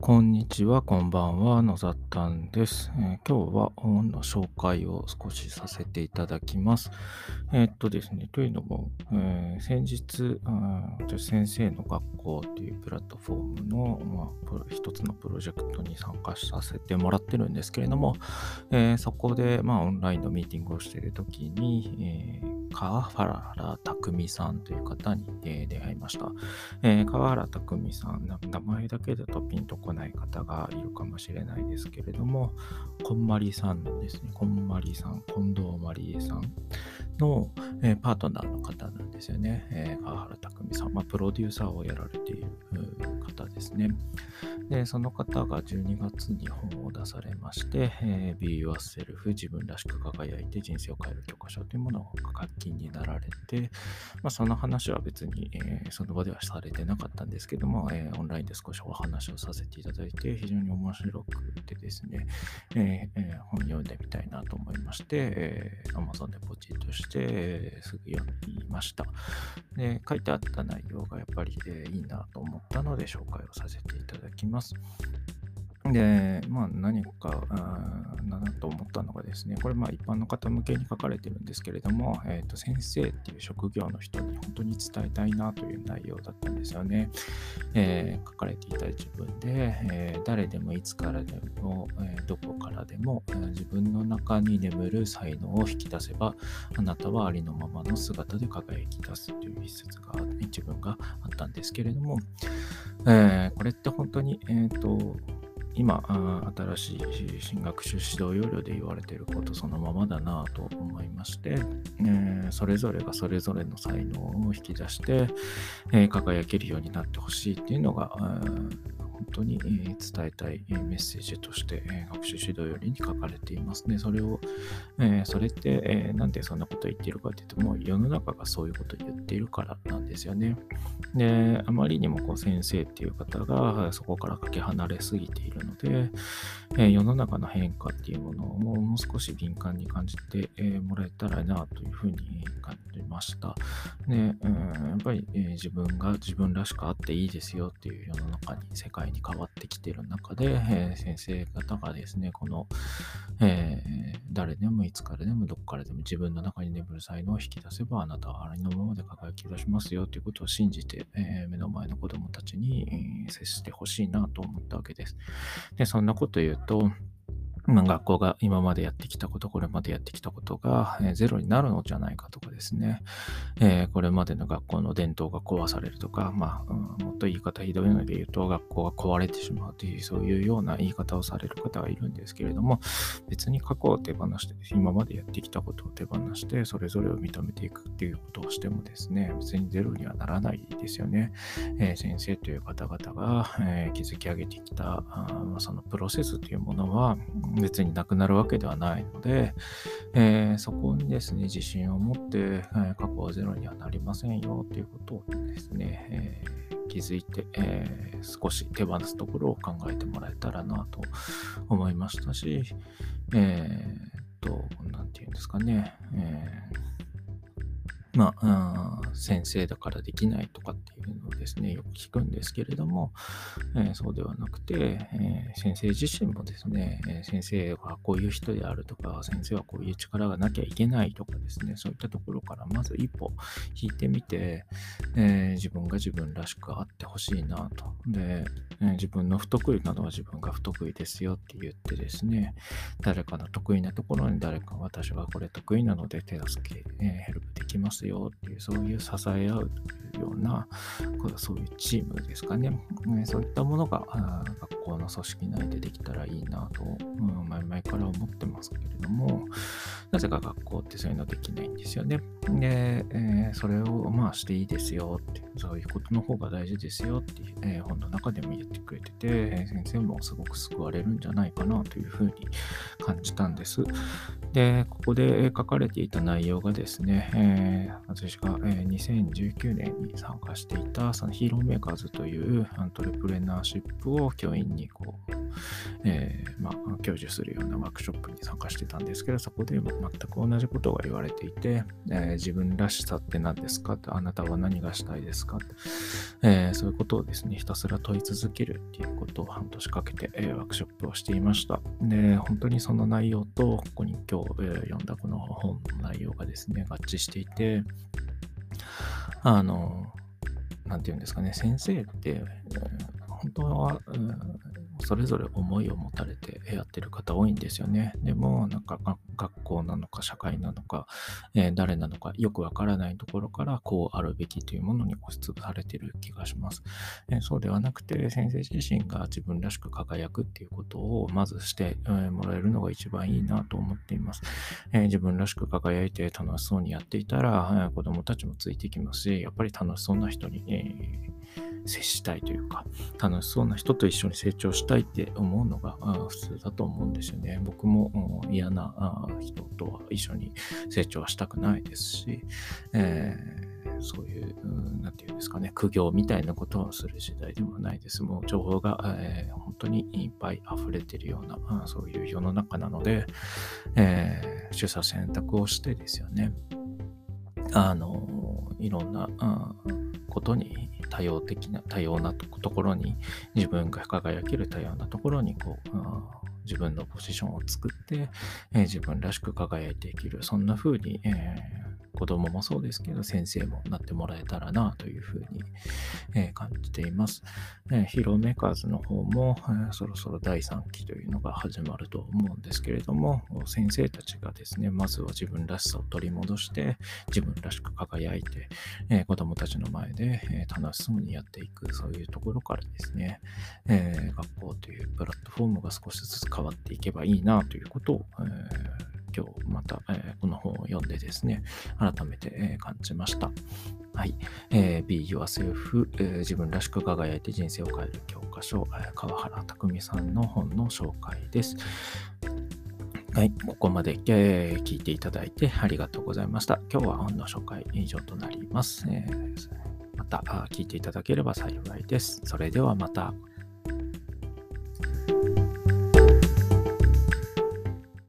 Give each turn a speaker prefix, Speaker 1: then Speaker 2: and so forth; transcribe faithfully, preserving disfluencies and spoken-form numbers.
Speaker 1: こんにちは、こんばんは、野ざったんです。えー今日は本の紹介を少しさせていただきます。えーっとですね、というのも、えー先日、あー私先生の学校というプラットフォームの、まあ、プロ一つのプロジェクトに参加させてもらってるんですけれども、えーそこで、まあ、オンラインのミーティングをしているときに、えー川原拓さんという方に、えー出会いました。えー川原拓実さん、な名前だけだとピンとこない方がいるかもしれないですけれども、こんまりさんのですね、こんまりさん、近藤まりえさんの、えーパートナーの方なんですよね。えー川原拓実さん、まあ、プロデューサーをやられているう方ですね。で、その方がじゅうにがつに本を出されまして、えー Be Yourself 自分らしく輝いて人生を変える教科書というものを書きになられて、まあ、その話は別に、えーその場ではされてなかったんですけども、えーオンラインで少しお話をさせていただいて、非常に面白くてですね、えーえー本読んでみたいなと思いまして、えー Amazon でポチッとして、えーすぐ読みました。で、書いてあった内容がやっぱり、えーいいなと思ったので紹介をさせていただきます。で、まあ何か、あーなと思ったのがですね、これまあ一般の方向けに書かれてるんですけれども、えっと、先生っていう職業の人に本当に伝えたいなという内容だったんですよね。えー書かれていた自分で、えー誰でもいつからでも、えーどこからでも、えー自分の中に眠る才能を引き出せば、あなたはありのままの姿で輝き出すという一節が、一文があったんですけれども、えーこれって本当に、えっと、今、あー新しい新学習指導要領で言われていることそのままだなと思いまして、えーそれぞれがそれぞれの才能を引き出して、えー輝けるようになってほしいっていうのが、あー本当に、えー伝えたいえーメッセージとして、えー学習指導要領に書かれていますね。それを、えーそれって、えーなんでそんなことを言っているかというと、もう世の中がそういうことを言っているからなんですよね。で、あまりにもこう先生っていう方がそこからかけ離れすぎているので、えー世の中の変化っていうものをもう少し敏感に感じて、えーもらえたらなというふうに感じました。で、うん、やっぱり、えー自分が自分らしくあっていいですよっていう世の中に、世界に変わってきている中で、えー先生方がですね、この、えー誰でもいつからでもどこからでも自分の中に眠る才能を引き出せばあなたはありのままで輝き出しますよということを信じて、えー目の前の子供たちに、えー接してほしいなと思ったわけです。で、そんなこと言うと、まあ、学校が今までやってきたこと、これまでやってきたことが、えーゼロになるのじゃないかとかですね、えーこれまでの学校の伝統が壊されるとか、まあ、うんもっと言い方ひどいので言うと、学校が壊れてしまうという、そういうような言い方をされる方がいるんですけれども、別に過去を手放してですね、今までやってきたことを手放して、それぞれを認めていくっていうことをしてもですね、別にゼロにはならないですよね。えー先生という方々が、えー築き上げてきたあーそのプロセスというものは別になくなるわけではないので、えーそこにですね、自信を持って、えー過去はゼロにはなりませんよということをですね、えー気づいて、えー少し手放すところを考えてもらえたらなと思いましたし、えーっと、なんていうんですかね、えーまあ、あー先生だからできないとかっていうのをですね、よく聞くんですけれども、えーそうではなくて、えー先生自身もですね、えー先生はこういう人であるとか、先生はこういう力がなきゃいけないとかですね、そういったところからまず一歩引いてみて、えー自分が自分らしくあってほしいなと。で、えー自分の不得意なのは自分が不得意ですよって言ってですね、誰かの得意なところに誰か私はこれ得意なので手助け、えーヘルプできますよっていう、そういう支え合うというような、こうそういうチームですかね。ねそういったものがあー学校の組織内でできたらいいなと、うん、前々から思ってますけれども、なぜか学校ってそういうのできないんですよね。で、えーそれをまあしていいですよって、そういうことの方が大事ですよって、えー本の中でも言ってくれてて、えー先生もすごく救われるんじゃないかなというふうに感じたんです。で、ここで書かれていた内容がですね、えー私が、えーにせんじゅうきゅうねんに参加していたそのヒーローメーカーズというアントレプレナーシップを教員にこう、えーまあ、享受するようなワークショップに参加してたんですけど、そこで全く同じことが言われていて、えー自分らしさって何ですかって、あなたは何がしたいですかって、えーそういうことをですね、ひたすら問い続けるっていうことを半年かけて、えーワークショップをしていました。で、本当にその内容と、ここに今日、えー読んだこの本の内容がですね、合致していて、あの、なんていうんですかね、先生って、えー本当は、うんそれぞれ思いを持たれてやってる方多いんですよね。でも、なんかが学校なのか社会なのか、えー誰なのかよくわからないところからこうあるべきというものに押しつぶされている気がします。えーそうではなくて、先生自身が自分らしく輝くっていうことをまずして、えーもらえるのが一番いいなと思っています。えー自分らしく輝いて楽しそうにやっていたら、えー子供たちもついてきますし、やっぱり楽しそうな人に、えー接したいというか、楽しそうな人と一緒に成長したいって思うのがあ普通だと思うんですよね。僕もうん嫌なあ人とは一緒に成長はしたくないですし、えーそういう、うんなんていうんですかね、苦行みたいなことをする時代でもないです。もう情報が、えー本当にいっぱい溢れているような、あそういう世の中なので、えー取捨選択をしてですよね。あの、いろんなあことに多様的な、多様なとところに、自分が輝ける多様なところに、こう、あ自分のポジションを作って、えー自分らしく輝いていける。そんな風に、えー子供もそうですけど、先生もなってもらえたらな、という風に、えー感じています。えーヒーローメーカーズの方も、えーそろそろだいさんきというのが始まると思うんですけれども、先生たちがですね、まずは自分らしさを取り戻して、自分らしく輝いて、えー子供たちの前で、えー楽しそうにやっていく、そういうところからですね、えー学校というプラットフォームが少しずつ変わっていけばいいなということを、えー今日また、えーこの本を読んでですね、改めて、えー感じました。はい。えー Be Yourself、えー自分らしく輝いて人生を変える教科書、えー川原拓さんの本の紹介です。はい。ここまで、えー聞いていただいてありがとうございました。今日は本の紹介以上となります。えーまたあ聞いていただければ幸いです。それではまた。